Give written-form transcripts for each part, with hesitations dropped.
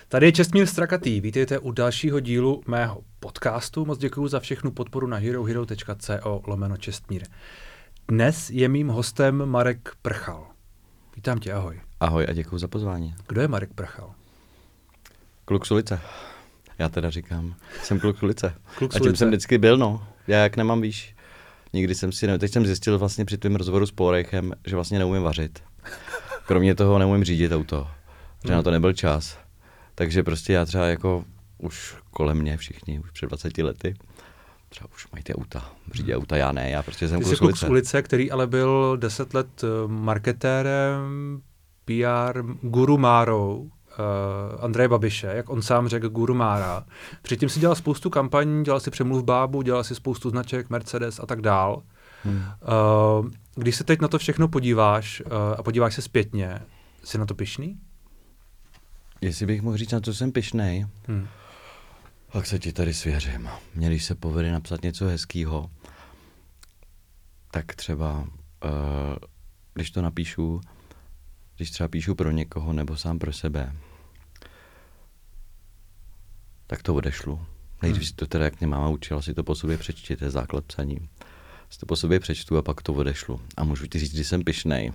Tady je Čestmír Strakatý, vítejte u dalšího dílu mého podcastu. Moc děkuji za všechnu podporu na herohero.co/Čestmír. Dnes je mým hostem Marek Prchal. Vítám tě, ahoj. Ahoj a děkuji za pozvání. Kdo je Marek Prchal? Kluk z ulice. Já teda říkám, jsem kluk z ulice. Kluk z a tím ulice. jsem vždycky byl, no. Já jak nemám, víš. Nikdy jsem si, teď jsem zjistil vlastně při tvém rozhovoru s Polrechem, že vlastně neumím vařit. Kromě toho neumím řídit auto. Že na to nebyl čas. Takže prostě já třeba jako už kolem mě všichni, už před 20 lety, třeba už mají ty auta, řídí auta, já ne, já prostě jsem kluk z ulice, který ale byl 10 let marketérem, PR, guru Márou, Andreje Babiše, jak on sám řekl, guru Mára. Předtím si dělal spoustu kampaní, dělal si Přemluv bábu, dělal si spoustu značek, Mercedes a tak dál. Když se teď na to všechno podíváš a podíváš se zpětně, jsi na to pyšný? Jestli bych mohl říct, na co jsem pyšnej, tak se ti tady svěřím. Mně, když se povede napsat něco hezkýho, tak třeba, když to napíšu, když třeba píšu pro někoho nebo sám pro sebe, tak to odešlu. Nejdřív si to teda, jak mě máma učila, si to po sobě přečti, to je základ psaní. Si to po sobě přečtu a pak to odešlu. A můžu ti říct, že jsem pyšnej.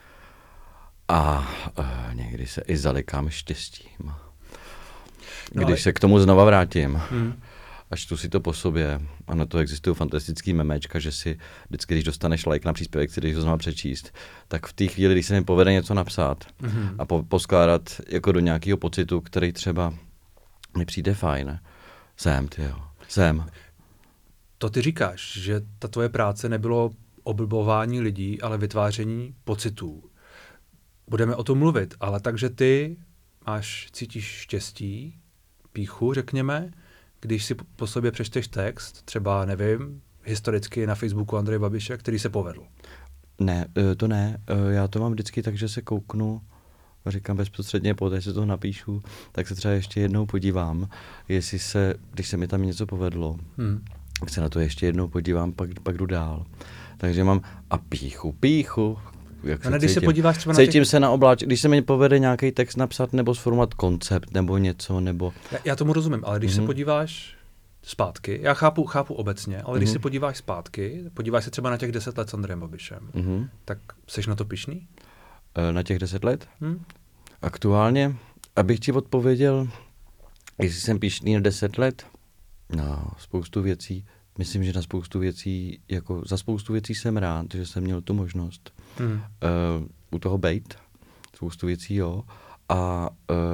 A někdy se i zalikám štěstím. Když se k tomu znova vrátím, a čtu si to po sobě, a na to existují fantastický memečka, že si vždycky, když dostaneš like na příspěvek, si jdeš ho znova přečíst, tak v té chvíli, když se mi povede něco napsat a poskládat jako do nějakého pocitu, který třeba mi přijde fajn, jsem. To ty říkáš, že ta tvoje práce nebylo oblbování lidí, ale vytváření pocitů. Budeme o tom mluvit, ale takže ty cítíš štěstí, pýchu, řekněme, když si po sobě přečteš text, třeba, nevím, historicky na Facebooku Andreje Babiše, který se povedl. Ne, to ne. Já to mám vždycky tak, že se kouknu a říkám bezprostředně, poté si to napíšu, tak se třeba ještě jednou podívám, jestli se, když se mi tam něco povedlo, tak se na to ještě jednou podívám, pak jdu dál. Takže mám a píchu. Jak se když se podíváš třeba cítím se na obláč, když se mi povede nějaký text napsat nebo sformovat koncept nebo něco, nebo... Já tomu rozumím, ale když se podíváš zpátky, já chápu obecně, ale když se podíváš zpátky, podíváš se třeba na těch 10 let s Andrejem Babišem, tak seš na to pyšný? Na těch 10 let? Aktuálně, abych ti odpověděl, jestli jsem pyšný na 10 let, na spoustu věcí, myslím, že na spoustu věcí, jako za spoustu věcí jsem rád, že jsem měl tu možnost u toho bejt, spoustu věcí, jo. A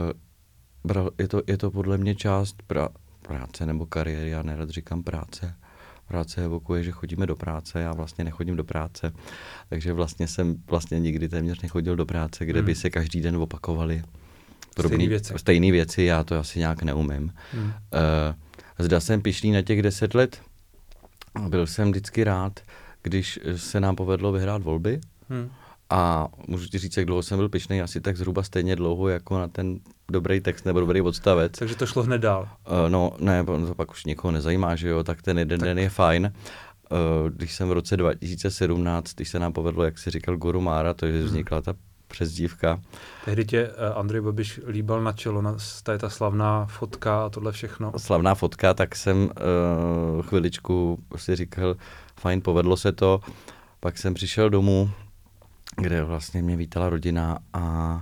je to podle mě část práce nebo kariéry, já nerad říkám práce. Práce evokuje, že chodíme do práce, já vlastně nechodím do práce, takže vlastně jsem nikdy téměř nechodil do práce, kde by se každý den opakovaly stejné věci, já to asi nějak neumím. Zda jsem pyšný na těch 10 let, byl jsem vždycky rád, když se nám povedlo vyhrát volby a můžu ti říct, jak dlouho jsem byl pyšnej, asi tak zhruba stejně dlouho jako na ten dobrý text nebo dobrý odstavec. Takže to šlo hned dál. No ne, to pak už nikoho nezajímá, že jo, tak ten jeden den je fajn. Když jsem v roce 2017, když se nám povedlo, jak si říkal, guru Mára, to je vznikla ta přezdívka. Tehdy tě Andrej Babiš líbal na čelo, to je ta slavná fotka a tohle všechno. Slavná fotka, tak jsem chviličku si říkal, fajn, povedlo se to. Pak jsem přišel domů, kde vlastně mě vítala rodina a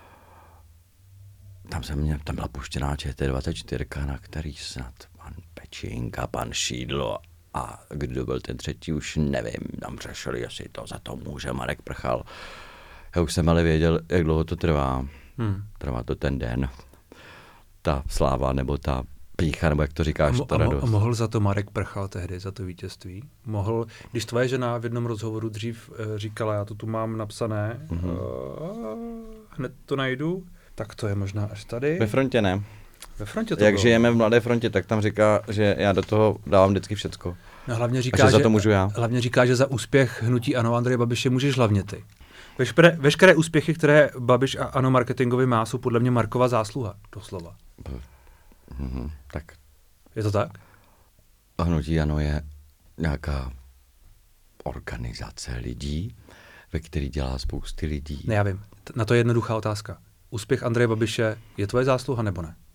tam byla puštěná ČT24, na který snad pan Pečínka, pan Šídlo a kdo byl ten třetí, už nevím, tam řešili, jestli to za to může Marek Prchal. Já už jsem ale věděl, jak dlouho to trvá. Trvá to ten den. Ta sláva, nebo ta pícha, nebo jak to říkáš, ta radost. A mohl za to Marek Prchal tehdy, za to vítězství? Mohl, když tvoje žena v jednom rozhovoru dřív říkala, já to tu mám napsané, hned to najdu, tak to je možná až tady. Ve frontě ne. Ve frontě to Jak bylo. žijeme v Mladé frontě, tak tam říká, že já do toho dávám vždycky všecko. No, hlavně říká, že za to můžu já. Hlavně říká, že za úspěch hnutí ANO Andreje Babiše můžeš hlavně ty. Veškeré úspěchy, které Babiš a ANO marketingově má, jsou podle mě Markova zásluha, doslova. Tak. Je to tak? Hnutí ANO je nějaká organizace lidí, ve který dělá spousty lidí. Ne, já vím. Na to je jednoduchá otázka. Úspěch Andreje Babiše je tvoje zásluha nebo ne?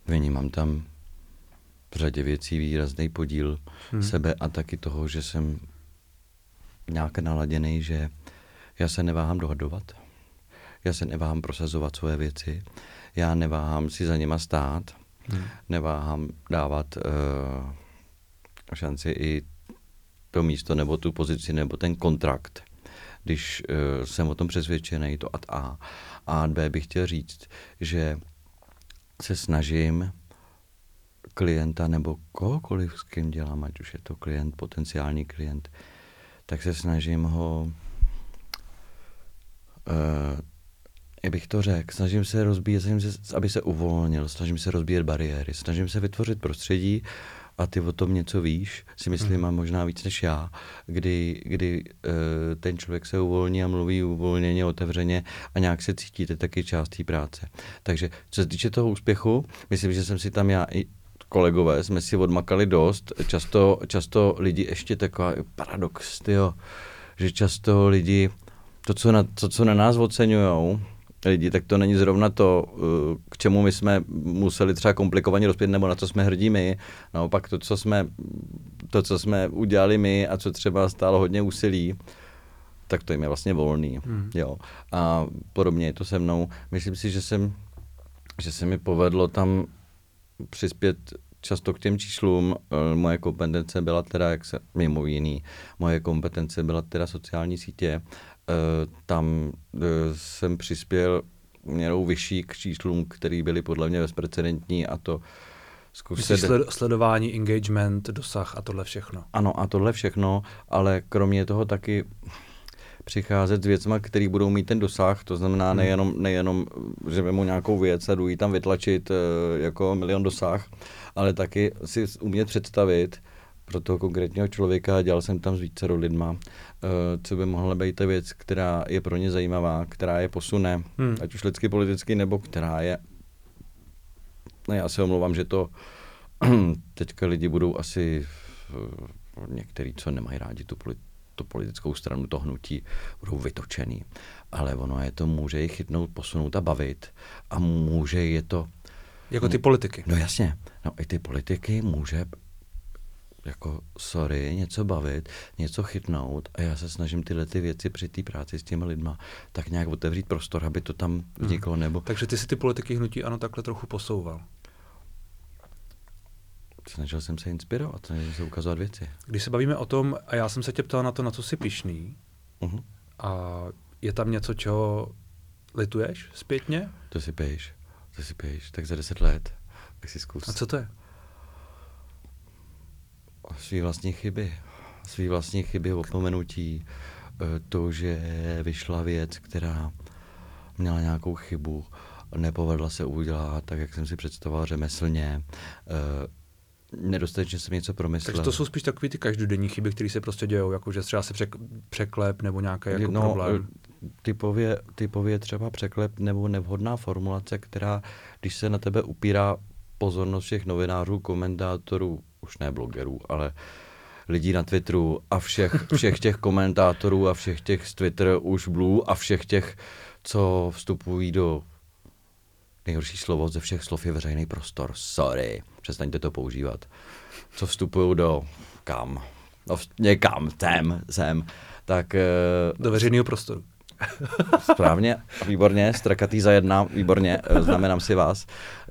Vnímám tam v řadě věcí výrazný podíl sebe a taky toho, že jsem nějak naladěný, že já se neváhám dohadovat, já se neváhám prosazovat svoje věci, já neváhám si za něma stát, neváhám dávat šanci i to místo nebo tu pozici nebo ten kontrakt. Když jsem o tom přesvědčený, to ad A. A ad B bych chtěl říct, že se snažím klienta nebo kohokoliv, s kým dělám, ať už je to klient, potenciální klient, tak se snažím ho, jak bych to řekl, snažím se rozbíjet, aby se uvolnil, snažím se rozbíjet bariéry, snažím se vytvořit prostředí, a ty o tom něco víš, si myslím, a možná víc než já, kdy ten člověk se uvolní a mluví uvolněně, otevřeně a nějak se cítíte taky část té práce. Takže co se týče toho úspěchu, myslím, že jsem si tam já i kolegové jsme si odmakali dost. Často lidi ještě taková paradox, tyjo, že často lidi, to, co na nás oceňujou, lidi, tak to není zrovna to, k čemu my jsme museli třeba komplikovaně rozpět, nebo na co jsme hrdí my. Naopak to, co jsme udělali my a co třeba stálo hodně úsilí, tak to jim je vlastně volný. Jo. A podobně je to se mnou. Myslím si, že se mi povedlo tam přispět často k těm číslům. Moje kompetence byla teda, mimo jiný, moje kompetence byla teda sociální sítě. Tam jsem přispěl měrou vyšší k číslům, které byly podle mě bezprecedentní, a to sledování, engagement, dosah a tohle všechno. Ano, a tohle všechno, ale kromě toho taky přicházet s věcma, které budou mít ten dosah, to znamená nejenom, že vemu nějakou věc a jdu ji tam vytlačit jako milion dosah, ale taky si umět představit pro toho konkrétního člověka, dělal jsem tam s vícero lidma, co by mohla být ta věc, která je pro ně zajímavá, která je posune, ať už lidsky, politicky, nebo která je... No já se omlouvám, že to teďka lidi budou asi některý, co nemají rádi tu politickou stranu, to hnutí, budou vytočený. Ale ono je to, může je chytnout, posunout a bavit. A může je to... Jako ty politiky. No jasně. No i ty politiky může něco bavit, něco chytnout, a já se snažím tyhle ty věci při té práci s těmi lidma tak nějak otevřít prostor, aby to tam vzniklo, nebo... Takže ty si ty politiky hnutí ANO takhle trochu posouval. Snažil jsem se inspirovat, snažil se ukazovat věci. Když se bavíme o tom, a já jsem se tě ptal na co jsi pyšný, a je tam něco, čeho lituješ zpětně? To si piješ, tak za 10 let, tak si zkus. A co to je? Svý vlastní chyby, opomenutí, to, že vyšla věc, která měla nějakou chybu, nepovedla se udělat tak, jak jsem si představoval, řemeslně, nedostatečně jsem něco promyslel. Takže to jsou spíš takový ty každodenní chyby, které se prostě dějou, jako že třeba se překlep nebo nějaký problém. Typově třeba překlep nebo nevhodná formulace, která, když se na tebe upírá pozornost všech novinářů, komentátorů, už ne blogerů, ale lidí na Twitteru a všech těch komentátorů a všech těch z Twitter už Blue a všech těch, co vstupují do... Nejhorší slovo ze všech slov je veřejný prostor. Sorry, přestaňte to používat. Co vstupují do kam? No, někam, sem. Tak... Do veřejného prostoru. Správně, výborně, strakatý za jedna, výborně, znamenám si vás.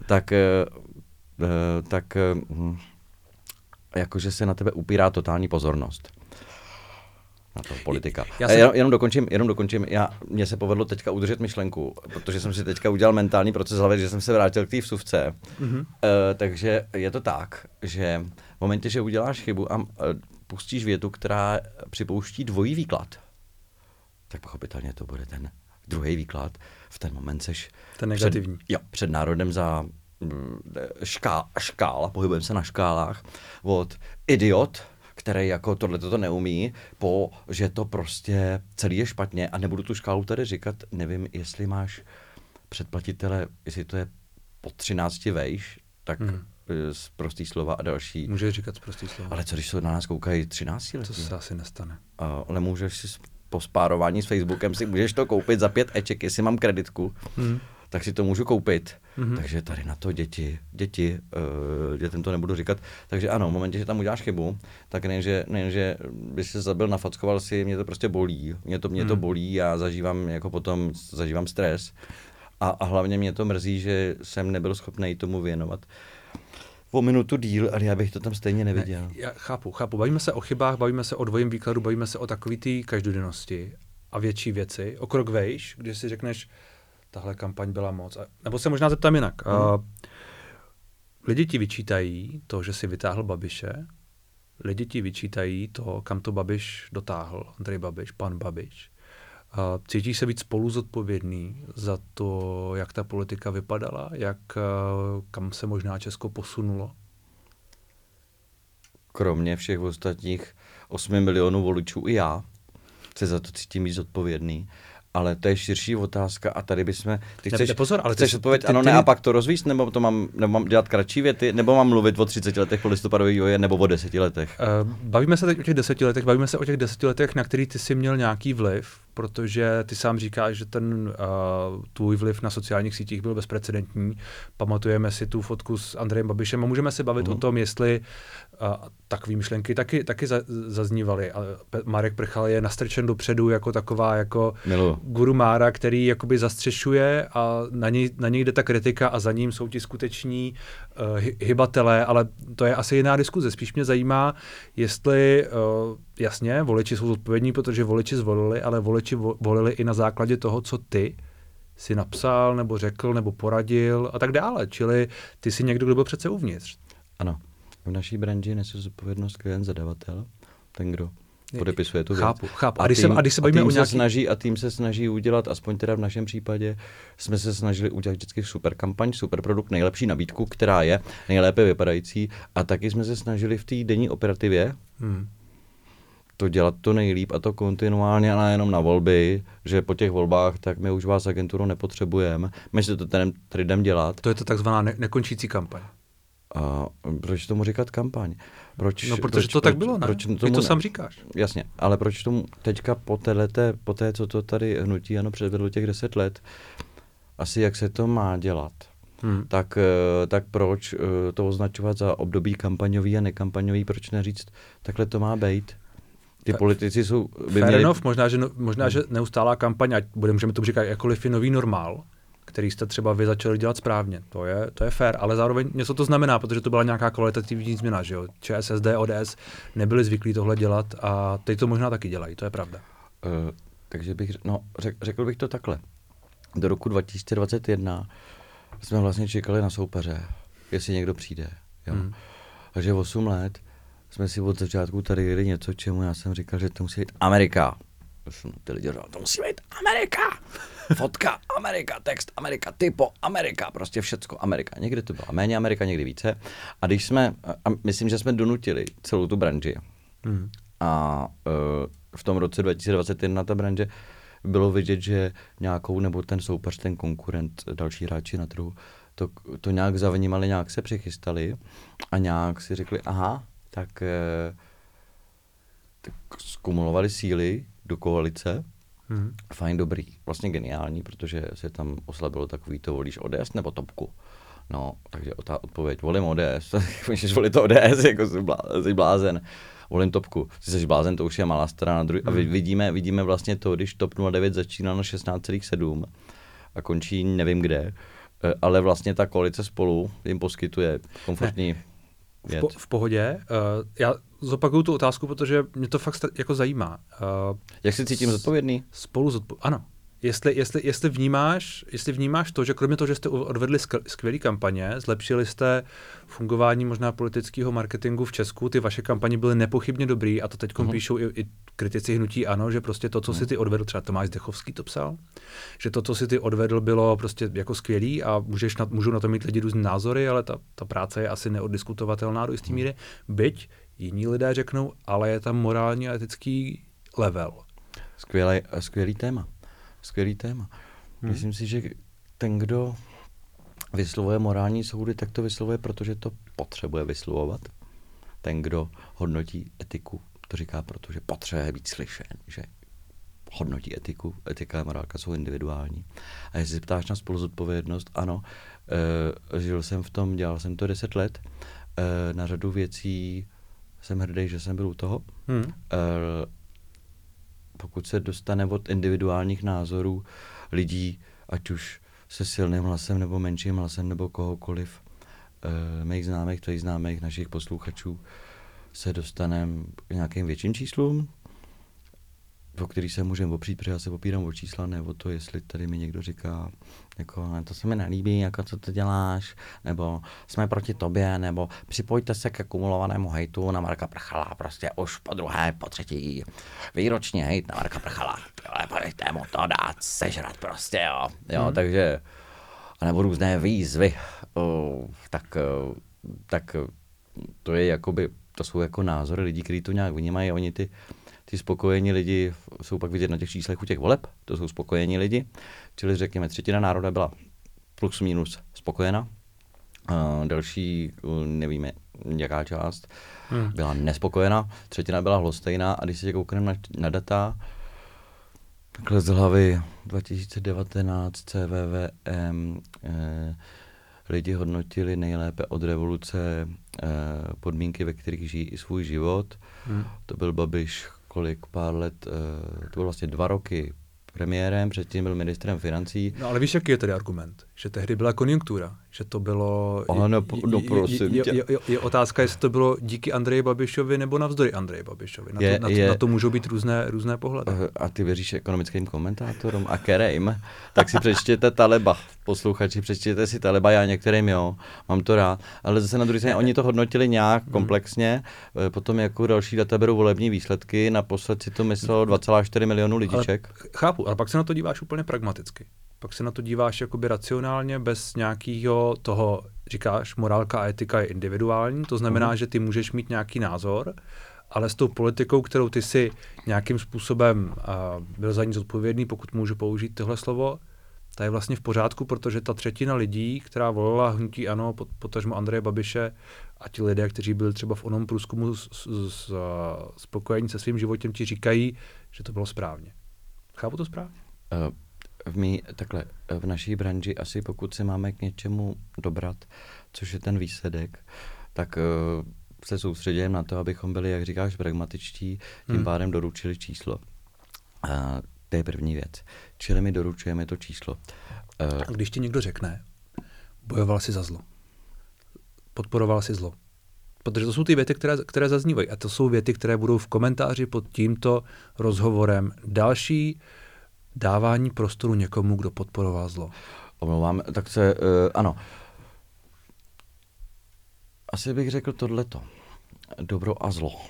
Tak jakože se na tebe upírá totální pozornost. Na to politika. Jenom dokončím. Mně se povedlo teďka udržet myšlenku, protože jsem si teďka udělal mentální proces hlavy, že jsem se vrátil k té vsuvce. Takže je to tak, že v momentě, že uděláš chybu a pustíš větu, která připouští dvojí výklad, tak pochopitelně to bude ten druhý výklad. V ten moment seš... Ten negativní. Před národem za škála, pohybujeme se na škálách, od idiot, který jako tohleto neumí, po, že to prostě celý je špatně, a nebudu tu škálu tady říkat, nevím, jestli máš předplatitele, jestli to je po 13 vejš, tak z prostý slova a další. Můžeš říkat z prostý slova. Ale co když se na nás koukají 13 letí? To se asi nestane. Ale můžeš si po spárování s Facebookem si můžeš to koupit za 5 eček, jestli mám kreditku. tak si to můžu koupit. Takže tady na to dětem to nebudu říkat. Takže ano, v momentě, že tam uděláš chybu, tak nejenže by se zabil, nafackoval si, mě to prostě bolí. Mě to bolí a zažívám stres. A hlavně mě to mrzí, že jsem nebyl schopný tomu věnovat o minutu díl, ale já bych to tam stejně neviděl. Já chápu. Bavíme se o chybách, bavíme se o dvojím výkladu, bavíme se o takový té každodennosti a větší věci. O krok vejš, když si řekneš, tahle kampaň byla moc. Nebo se možná zeptám jinak. Lidi ti vyčítají to, že si vytáhl Babiše. Lidi ti vyčítají to, kam to Babiš dotáhl, Andrej Babiš, pan Babiš. Cítíš se víc spolu zodpovědný za to, jak ta politika vypadala, kam se možná Česko posunulo? Kromě všech ostatních 8 milionů voličů i já se za to cítím víc zodpovědný. Ale to je širší otázka a tady bychom... Chceš odpovědět ano, ne a pak to rozvíct, nebo mám dělat kratší věty, nebo mám mluvit o 30 letech po listopadový vývoje, nebo o 10 letech? Bavíme se teď o těch 10 letech, na který ty jsi měl nějaký vliv, protože ty sám říkáš, že ten tvůj vliv na sociálních sítích byl bezprecedentní. Pamatujeme si tu fotku s Andrejem Babišem a můžeme se bavit o tom, jestli takové myšlenky taky zaznívaly. Marek Prchal je nastrčen dopředu jako taková guru Mára, který jakoby zastřešuje a na něj jde ta kritika a za ním jsou ti skuteční hybatelé, ale to je asi jiná diskuze. Spíš mě zajímá, jestli jasně, voliči jsou zodpovědní, protože voliči zvolili, ale voliči volili i na základě toho, co ty si napsal, nebo řekl, nebo poradil a tak dále. Čili ty jsi někdo, kdo byl přece uvnitř. Ano. V naší branži nese zodpovědnost klient zadavatel, ten, kdo podepisuje tu věc. Chápu. A když se bavíme o nějaký... Tým se snaží udělat, aspoň teda v našem případě, jsme se snažili udělat vždycky super kampaň, super produkt, nejlepší nabídku, která je nejlépe vypadající a taky jsme se snažili v té denní operativě to dělat to nejlíp a to kontinuálně, ale jenom na volby, že po těch volbách, tak my už vás agenturu nepotřebujeme, my si to tady jdem dělat. To je to takzvaná nekončící kampaň. A proč tomu říkat kampaň? Protože to tak bylo, ne? Ty to sám říkáš. Jasně, ale proč tomu teďka po té, co to tady hnutí ano předvedlo těch 10 let, asi jak se to má dělat, tak proč to označovat za období kampaňový a nekampaňový, proč neříct, takhle to má být? Ty politici jsou... Fair enough, možná, že neustálá kampaň, ať můžeme to říkat jakkoliv je nový normál, který jste třeba vy začali dělat správně. To je fair, ale zároveň něco to znamená, protože to byla nějaká kvalitativní změna, že jo. ČSSD, ODS nebyli zvyklí tohle dělat a teď to možná taky dělají, to je pravda. Takže řekl bych to takhle. Do roku 2021 jsme vlastně čekali na soupeře, jestli někdo přijde. Jo. Takže 8 let jsme si od začátku tady jeli něco, čemu já jsem říkal, že to musí být Amerika. Ty lidi říkali, to musí být Amerika. Fotka Amerika, text Amerika, typo Amerika, prostě všecko Amerika. Někdy to byla méně Amerika, někdy více. A myslím, že jsme donutili celou tu branži. A v tom roce 2021 ta branže bylo vidět, že nějakou, nebo ten soupeř, ten konkurent, další hráči na trhu, to nějak zavnímali, nějak se přichystali a nějak si řekli, aha, tak skumulovali síly do koalice. Fajn, dobrý, vlastně geniální, protože se tam oslabilo takový to, volíš ODS nebo Topku. No, takže ta odpověď, volím ODS, můžeš volit to ODS, jako jsi blázen, volím Topku. Jsi blázen, to už je malá strana. A vidíme vlastně to, když TOP 09 začíná na 16,7 a končí nevím kde, ale vlastně ta koalice Spolu jim poskytuje komfortní věc. V pohodě. Já zopakuju tu otázku, protože mě to fakt jako zajímá. Jak se cítím zodpovědný? Ano. Jestli vnímáš to, že kromě toho, že jste odvedli skvělé kampaně, zlepšili jste fungování možná politického marketingu v Česku, ty vaše kampaně byly nepochybně dobrý a to teď píšou i kritici hnutí ANO, že prostě to, co si ty odvedl, třeba Tomáš Zdechovský to psal, že to, co si ty odvedl, bylo prostě jako skvělý a můžou na to mít lidi různé názory, ale ta práce je asi neoddiskutovatelná do jisté míry, byť jiní lidé řeknou, ale je tam morální a etický level. Skvělý téma. Myslím si, že ten, kdo vyslovuje morální soudy, tak to vyslovuje, protože to potřebuje vyslovovat. Ten, kdo hodnotí etiku, to říká, protože potřebuje být slyšen, že hodnotí etiku. Etika a morálka jsou individuální. A jestli se ptáš na spoluzodpovědnost, ano, žil jsem v tom, dělal jsem to 10 let. Na řadu věcí jsem hrdý, že jsem byl u toho. Pokud se dostane od individuálních názorů lidí, ať už se silným hlasem nebo menším hlasem nebo kohokoliv, mých známých, tvých známých, našich posluchačů, se dostaneme k nějakým větším číslům, o který se můžeme opřít, protože já se opírám o čísla, ne o to, jestli tady mi někdo říká, jako, to se mi nelíbí, jako co ty děláš, nebo jsme proti tobě, nebo připojte se ke kumulovanému hejtu na Marka Prchala, prostě už po druhé, po třetí výročně hejt na Marka Prchala, pojďte mu to dát, sežrat prostě, jo, takže, nebo různé výzvy, tak to je jakoby, to jsou jako názory lidí, kteří to nějak vnímají, oni ty spokojení lidi jsou pak vidět na těch číslech u těch voleb, to jsou spokojení lidi, čili řekněme, třetina národa byla plus minus spokojena, další, nevíme, jaká část, byla nespokojená, třetina byla lhostejná a když se koukneme na data, takhle z hlavy 2019 CVVM, lidi hodnotili nejlépe od revoluce podmínky, ve kterých žijí i svůj život. To byl Babiš pár let, to bylo vlastně 2 roky premiérem, předtím byl ministrem financí. No ale víš, jaký je tedy argument? Že tehdy byla konjunktura, že to bylo... Je otázka, jestli to bylo díky Andreji Babišovi nebo navzdory Andreji Babišovi. Na to můžou být různé pohledy. A ty věříš ekonomickým komentátorům a kterým? Tak si přečtěte Taleba, posluchači, přečtěte si Taleba, já některým jo, mám to rád, ale zase na druhé straně oni to hodnotili nějak komplexně, potom jako další data berou volební výsledky, naposled si to myslelo 2,4 milionu lidiček. Ale chápu, ale pak se na to díváš úplně pragmaticky. Pak se na to díváš jakoby racionálně, bez nějakého toho, říkáš, morálka a etika je individuální, to znamená, že ty můžeš mít nějaký názor, ale s tou politikou, kterou ty si nějakým způsobem byl za ní zodpovědný, pokud můžu použít tohle slovo, ta je vlastně v pořádku, protože ta třetina lidí, která volila hnutí ANO, potažmo Andreje Babiše a ti lidé, kteří byli třeba v onom průzkumu spokojení se svým životem, ti říkají, že to bylo správně. Chápu to správně? V naší branži asi pokud se máme k něčemu dobrat, což je ten výsledek, tak se soustředíme na to, abychom byli, jak říkáš, pragmatičtí, tím pádem doručili číslo. To je první věc. Čili my doručujeme to číslo. A když ti někdo řekne, bojoval si za zlo, podporoval si zlo, protože to jsou ty věty, které zaznívají a to jsou věty, které budou v komentáři pod tímto rozhovorem. Další dávání prostoru někomu, kdo podporoval zlo. Omlouvám, ano. Asi bych řekl tohleto. Dobro a zlo.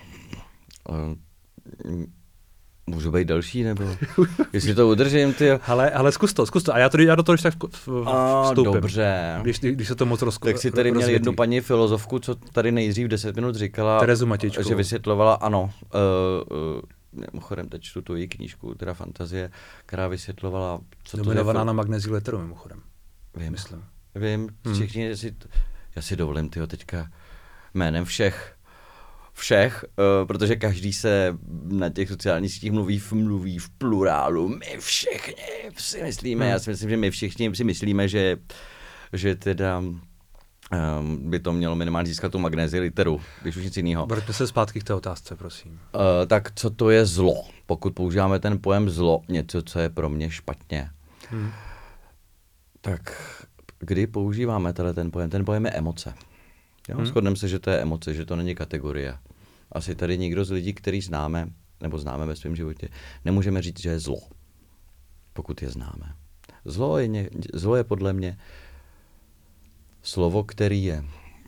Můžu být další, nebo jestli to udržím, ty. Ale zkus to. A já do toho tak vstoupím. Dobře. Když se to moc Tak si tady měl jednu paní filozofku, co tady nejdřív 10 minut říkala, Terezu Matičkovou, že vysvětlovala, ano, mimochodem teď čtu tu její knížku, teda Fantazie, která vysvětlovala, co to je. Dominovaná na Magnéziu Literu, mimochodem. Vím, všichni já si dovolím, teďka jménem všech, protože každý se na těch sociálních sítích mluví v plurálu, my všichni si myslíme, já si myslím, že my všichni si myslíme, že teda by to mělo minimálně získat tu Magnézii Literu, když už nic jiného. Vraťme se zpátky k té otázce, prosím. Tak co to je zlo? Pokud používáme ten pojem zlo, něco, co je pro mě špatně, tak kdy používáme ten pojem? Ten pojem je emoce. Shodneme se, že to je emoce, že to není kategorie. Asi tady nikdo z lidí, který známe, nebo známe ve svém životě, nemůžeme říct, že je zlo, pokud je známe. Zlo je podle mě slovo, který je,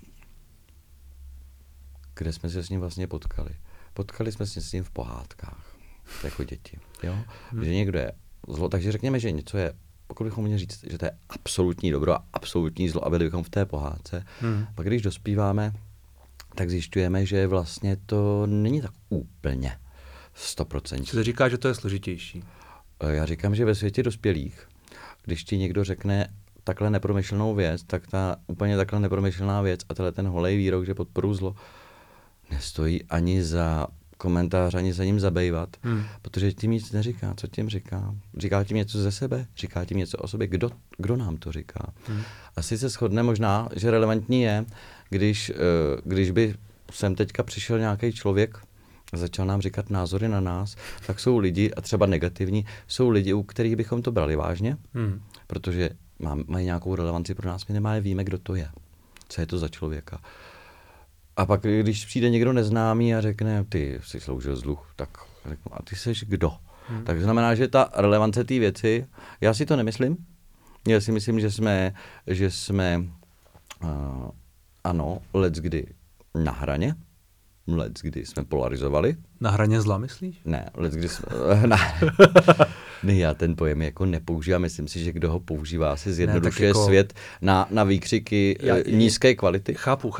kde jsme se s ním vlastně potkali. Potkali jsme se s ním v pohádkách, jako děti. Jo? Že někdo je zlo, takže řekněme, že něco je, pokud bychom měli říct, že to je absolutní dobro a absolutní zlo a byli bychom v té pohádce, pak když dospíváme, tak zjišťujeme, že vlastně to není tak úplně 100%. Co říká, že to je složitější? Já říkám, že ve světě dospělých, když ti někdo řekne takhle nepromyšlenou věc, tak ta úplně takhle nepromyšlená věc a tenhle ten holej výrok, že podporu zlo, nestojí ani za komentář ani za ním zabývat, protože tím nic neříká. Co tím říká? Říká tím něco ze sebe? Říká tím něco o sobě? Kdo nám to říká? Asi se shodne možná, že relevantní je, když by sem teďka přišel nějaký člověk a začal nám říkat názory na nás, tak jsou lidi, a třeba negativní, jsou lidi, u kterých bychom to brali vážně, protože mají nějakou relevanci pro nás, my nemáme, víme, kdo to je. Co je to za člověka. A pak, když přijde někdo neznámý a řekne, ty jsi sloužil dluh, tak řeknu, a ty seš kdo? Tak znamená, že ta relevance té věci, já si to nemyslím. Já si myslím, že jsme ano, leckdy na hraně, leckdy jsme polarizovali. Na hraně zla, myslíš? Ne, leckdy jsme... Ne, já ten pojem jako nepoužívám, myslím si, že kdo ho používá, si zjednodušuje jako... svět na výkřiky nízké kvality. Chápu,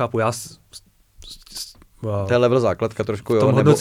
To je level základka trošku,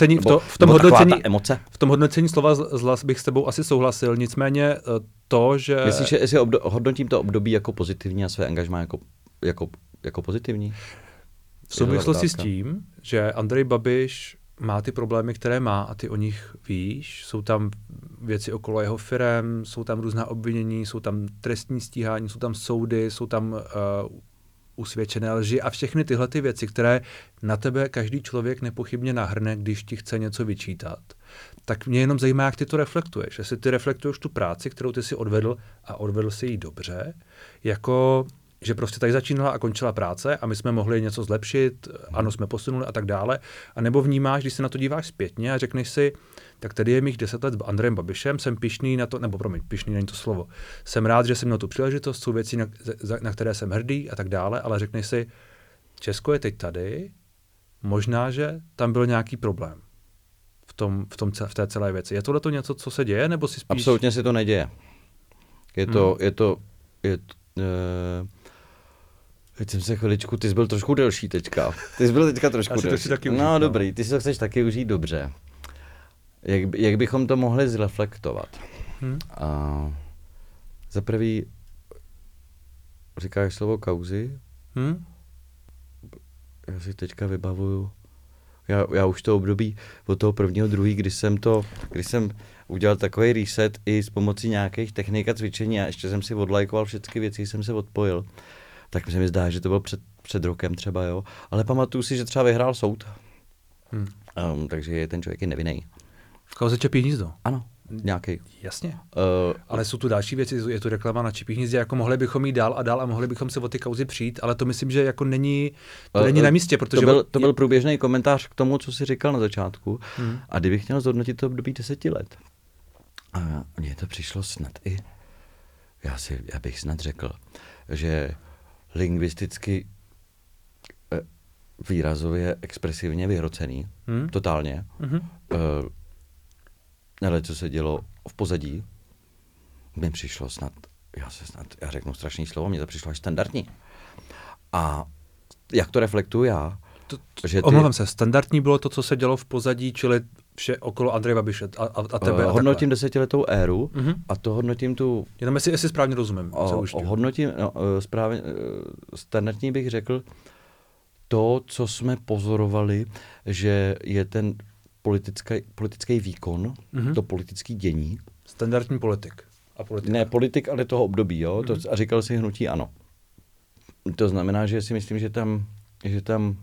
v tom hodnocení slova zla bych s tebou asi souhlasil, nicméně to, že... Myslíš, že jestli hodnotím to období jako pozitivní a své angažmá jako pozitivní? V souvislosti s tím, že Andrej Babiš má ty problémy, které má a ty o nich víš, jsou tam věci okolo jeho firem, jsou tam různá obvinění, jsou tam trestní stíhání, jsou tam soudy, jsou tam usvědčené lži a všechny tyhle ty věci, které na tebe každý člověk nepochybně nahrne, když ti chce něco vyčítat. Tak mě jenom zajímá, jak ty to reflektuješ. Jestli ty reflektuješ tu práci, kterou ty si odvedl a odvedl si ji dobře, jako že prostě tady začínala a končila práce a my jsme mohli něco zlepšit, ano, jsme posunuli a tak dále. A nebo vnímáš, když se na to díváš zpětně a řekneš si, tak tady je mých 10 let s Andrejem Babišem, jsem pyšný na to, nebo pyšný není to slovo. Jsem rád, že jsem měl tu příležitost, jsou věci, na které jsem hrdý a tak dále, ale řekneš si, Česko je teď tady, možná, že tam byl nějaký problém v té celé věci. Je tohle to něco, co se děje, nebo si spíš... Absolutně se to neděje. Teď jsem se chviličku, ty jsi byl trošku delší teďka. Ty jsi byl teďka trošku delší. No dobrý, ty si to chceš taky užít dobře. Jak bychom to mohli zreflektovat? Za prvý říkáš slovo kauzy. Já si teďka vybavuju. Já už to období od toho 1.2., když jsem udělal takový reset i s pomocí nějakých technik a cvičení a ještě jsem si odlajkoval všechny věci, jsem se odpojil. Tak se mi zdá, že to bylo před rokem třeba, jo. Ale pamatuju si, že třeba vyhrál soud. Takže je ten člověk i nevinný. V kauze Čapí hnízdo? Ano, nějaký. Jasně. Ale jsou tu další věci, je tu reklama na Čapí hnízdě, jako mohli bychom jít dál a dál a mohli bychom se o ty kauzy přijít, ale to myslím, že jako není na místě, protože... To byl průběžný komentář k tomu, co jsi říkal na začátku. A kdybych měl zhodnotit to období 10 let. A mně to přišlo snad i... Já bych snad řekl, že lingvisticky výrazově expresivně vyhrocený, totálně. Ale co se dělo v pozadí, mi přišlo já řeknu strašný slovo, mně to přišlo až standardní. A jak to reflektuju já? Omlouvám se, standardní bylo to, co se dělo v pozadí, čili vše okolo Andreje Babiše a tebe. Hodnotím 10letou éru a to hodnotím tu... Jenom jestli správně rozumím. Hodnotím, správně, standardní bych řekl to, co jsme pozorovali, že je ten politický výkon, to politický dění. Standardní politik. A politika. Ne politik, ale toho období, jo? A říkal si hnutí ano. To znamená, že si myslím, že tam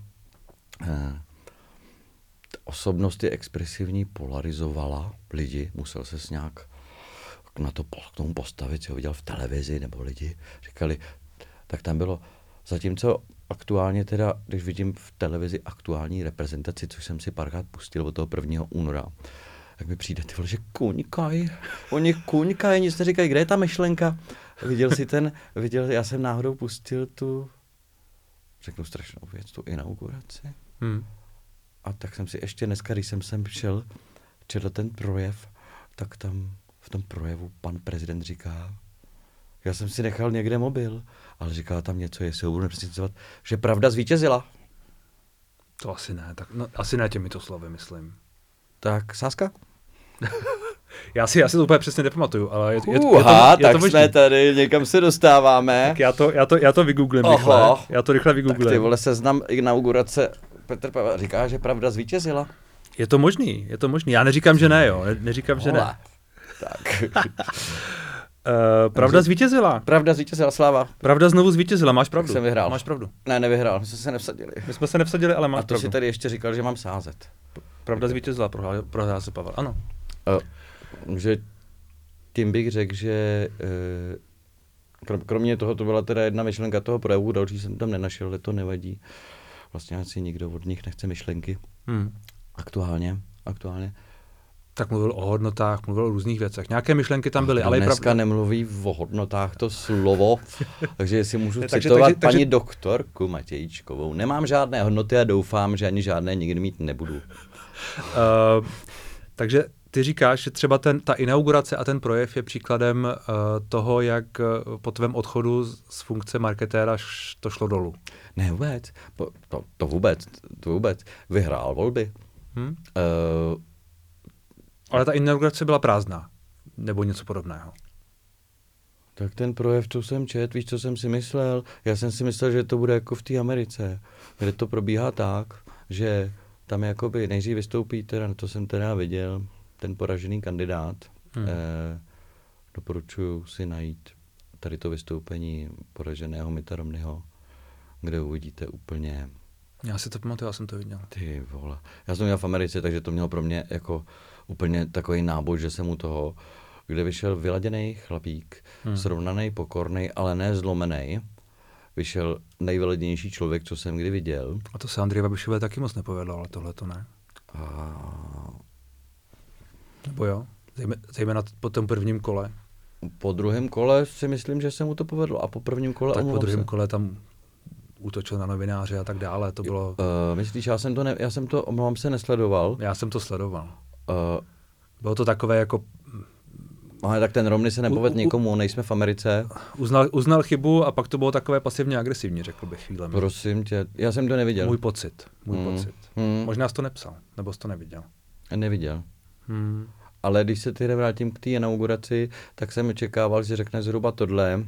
osobnost je expresivní, polarizovala lidi, musel ses nějak k tomu postavit, co ho viděl v televizi, nebo lidi říkali, tak tam bylo, zatímco aktuálně teda, když vidím v televizi aktuální reprezentaci, což jsem si párkrát pustil od toho 1. února, tak mi přijde, ty vole, že oni kuňkají, nic neříkají, kde je ta myšlenka? Já jsem náhodou pustil řeknu strašnou věc, tu inauguraci. A tak jsem si ještě dneska, když jsem sem četl ten projev, tak tam v tom projevu pan prezident říká, já jsem si nechal někde mobil, ale říká tam něco, jestli ho budu nepředstavovat, že pravda zvítězila. To asi ne, asi ne těmito slovy, myslím. Tak sázka? Já si to úplně přesně nepamatuju, ale je tak to možný. Jsme tady, někam se dostáváme. Tak já to vygooglím rychle. Já to rychle vygooglím. Tak ty vole, seznam inaugurace Petr Pavel říká, že pravda zvítězila. Je to možný. Já neříkám, že ne, jo. Neříkám, že ne. Tak. Pravda zvítězila. Pravda zvítězila, sláva. Pravda znovu zvítězila, máš pravdu. Tak jsem vyhrál. Máš pravdu. Ne, nevyhrál, my jsme se nevsadili. My jsme se nevsadili, ale máš pravdu. A to pravdu. si tady ještě říkal, že mám sázet. Pravda zvítězila, prohrál se Pavel, ano. Že tím bych řekl, že kromě toho to byla teda jedna myšlenka toho projevu, další jsem tam nenašel, ale to nevadí. Vlastně asi nikdo od nich nechce myšlenky. Aktuálně. Tak mluvil o hodnotách, mluvil o různých věcech. Nějaké myšlenky tam byly, ale dneska nemluví o hodnotách to slovo, takže si můžu citovat paní doktorku Matějčkovou. Nemám žádné hodnoty a doufám, že ani žádné nikdy mít nebudu. Takže ty říkáš, že třeba ta inaugurace a ten projev je příkladem toho, jak po tvém odchodu z funkce marketéra to šlo dolů. Ne vůbec, to vůbec. Vyhrál volby. Ale ta inaugurace byla prázdná, nebo něco podobného. Tak ten projev, co jsem čet, víš, co jsem si myslel? Já jsem si myslel, že to bude jako v té Americe, kde to probíhá tak, že tam jakoby nejdřív vystoupí, teda to jsem teda viděl, ten poražený kandidát. Doporučuji si najít tady to vystoupení poraženého Mitta Romneyho, kde uvidíte úplně... Já si to pamatuju, já jsem to viděl. Ty vole. Já jsem měl v Americe, takže to mělo pro mě jako úplně takový náboj, že jsem u toho, kde vyšel vyladěný chlapík, srovnaný, pokorný, ale ne zlomený. Vyšel nejvyladěnější člověk, co jsem kdy viděl. A to se Andreji Babišové taky moc nepovedlo, ale tohle to ne. Nebo jo? Zejména po tom prvním kole. Po druhém kole si myslím, že se mu to povedlo. A po prvním kole... Tak po druhém kole tam útočil na novináře a tak dále, to bylo... Myslíš, já jsem to, omlouvám se, nesledoval? Já jsem to sledoval. Bylo to takové jako... Ale tak ten Romney se nepovedl nikomu, nejsme v Americe. Uznal chybu a pak to bylo takové pasivně agresivní, řekl bych chvílemi. Prosím tě, já jsem to neviděl. Můj pocit. Možná jsi to nepsal, nebo jsi to neviděl. Neviděl. Ale když se tedy vrátím k té inauguraci, tak jsem očekával, že řekne zhruba tohle,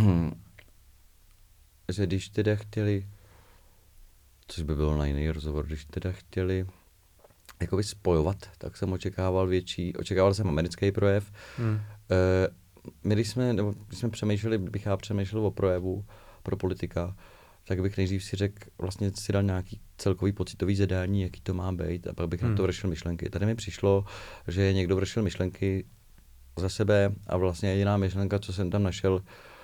že když teda chtěli, což by bylo na jiný rozhovor, když teda chtěli jakoby spojovat, tak jsem očekával jsem americký projev. Když jsme přemýšleli, bych já přemýšlel o projevu pro politika, tak bych nejdřív si řekl, vlastně si dal nějaký celkový pocitový zadání, jaký to má být, a pak bych na to vršil myšlenky. Tady mi přišlo, že někdo vršil myšlenky za sebe a vlastně jediná myšlenka, co jsem tam našel,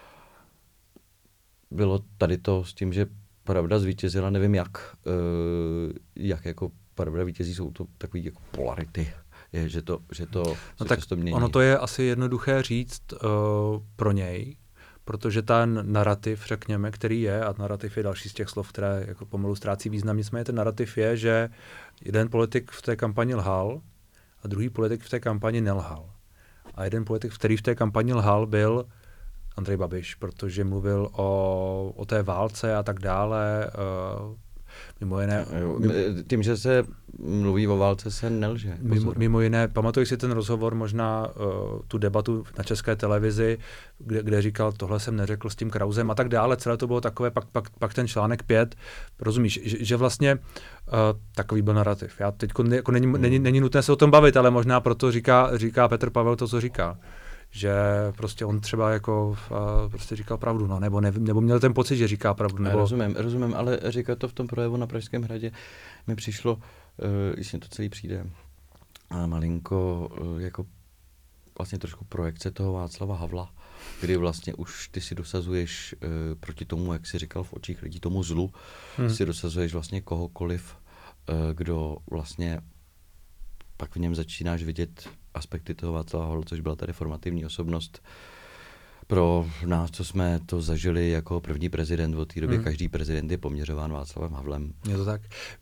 bylo tady to s tím, že pravda zvítězila, nevím jak jako pravda vítězí, jsou to takový jako polarity, že to no tak to mění. Ono to je asi jednoduché říct pro něj, protože ten narrativ, řekněme, který je, a narrativ je další z těch slov, které jako pomalu ztrácí význam, nicméně ten narrativ je, že jeden politik v té kampani lhal a druhý politik v té kampani nelhal. A jeden politik, který v té kampani lhal, byl Andrej Babiš, protože mluvil o té válce a tak dále. Mimo jiné... Tím, že se mluví o válce, se nelže. Mimo jiné, pamatuji si ten rozhovor, možná tu debatu na České televizi, kde říkal, tohle jsem neřekl s tím Krausem a tak dále. Celé to bylo takové, pak ten článek 5, rozumíš, že vlastně takový byl narrativ. Já teď jako není nutné se o tom bavit, ale možná proto říká Petr Pavel to, co říká. Že prostě on třeba jako prostě říkal pravdu, no, nebo měl ten pocit, že říká pravdu. Nebo... Rozumím, ale říkat to v tom projevu na Pražském hradě mi přišlo, když mi to celý přijde, malinko jako vlastně trošku projekce toho Václava Havla, kdy vlastně už ty si dosazuješ proti tomu, jak jsi říkal v očích lidí, tomu zlu, si dosazuješ vlastně kohokoliv, kdo vlastně pak v něm začínáš vidět aspekty toho Václava Havla, což byla ta reformativní osobnost pro nás, co jsme to zažili jako první prezident. Od té doby každý prezident je poměřován Václavem Havlem. Je to tak.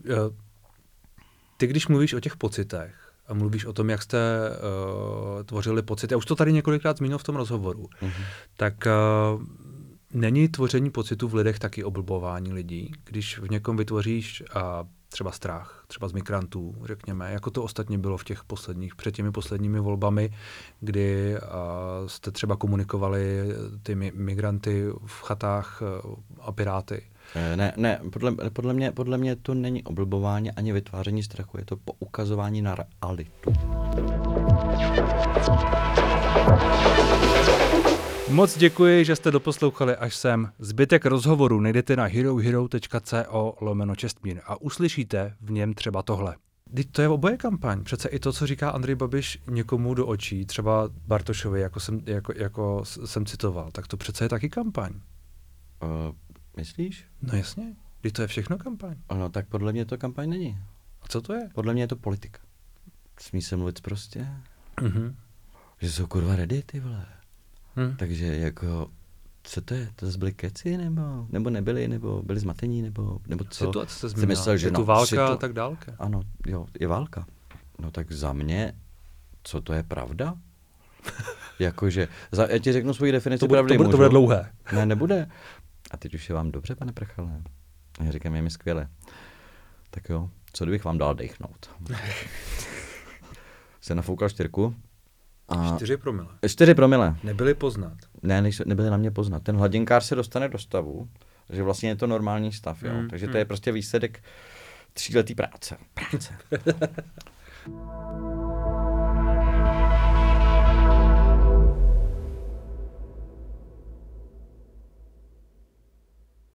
Ty, když mluvíš o těch pocitech a mluvíš o tom, jak jste tvořili pocity, já už to tady několikrát zmínil v tom rozhovoru, tak není tvoření pocitů v lidech taky oblbování lidí, když v někom vytvoříš třeba strach, třeba z migrantů, řekněme, jako to ostatně bylo před těmi posledními volbami, kdy jste třeba komunikovali ty migranty v chatách a Piráty. Ne, podle mě to není oblbování ani vytváření strachu, je to poukazování na realitu. Moc děkuji, že jste doposlouchali až sem. Zbytek rozhovoru najdete na herohero.co/Čestmír a uslyšíte v něm třeba tohle. To je oboje kampaň. Přece i to, co říká Andrej Babiš někomu do očí, třeba Bartošovi, jako jsem citoval, tak to přece je taky kampaň. Myslíš? No jasně. Když to je všechno kampaň. No tak podle mě to kampaň není. A co to je? Podle mě je to politika. Smí se mluvit prostě. Mhm. Že jsou kurva ready, ty vole. Takže jako, co to je? To zase byly keci, nebo nebyli, nebo byli zmatení, nebo co? Situace se změnila. Myslel, že je tu válka a tak dálka. Ano, jo, je válka. No tak za mě, co to je pravda? Jakože, já ti řeknu svoji definici pravdy. To bude dlouhé. Ne, nebude. A teď už je vám dobře, pane Prchale. A já říkám, je mi skvěle. Tak jo, co kdybych vám dal dechnout? Jsem nafoukal 4. 4 promile. 4 promile. Nebyli poznat. Ne, nebyli na mě poznat. Ten hladinkář se dostane do stavu, že vlastně je to normální stav, jo. Takže to je prostě výsledek 3letý práce.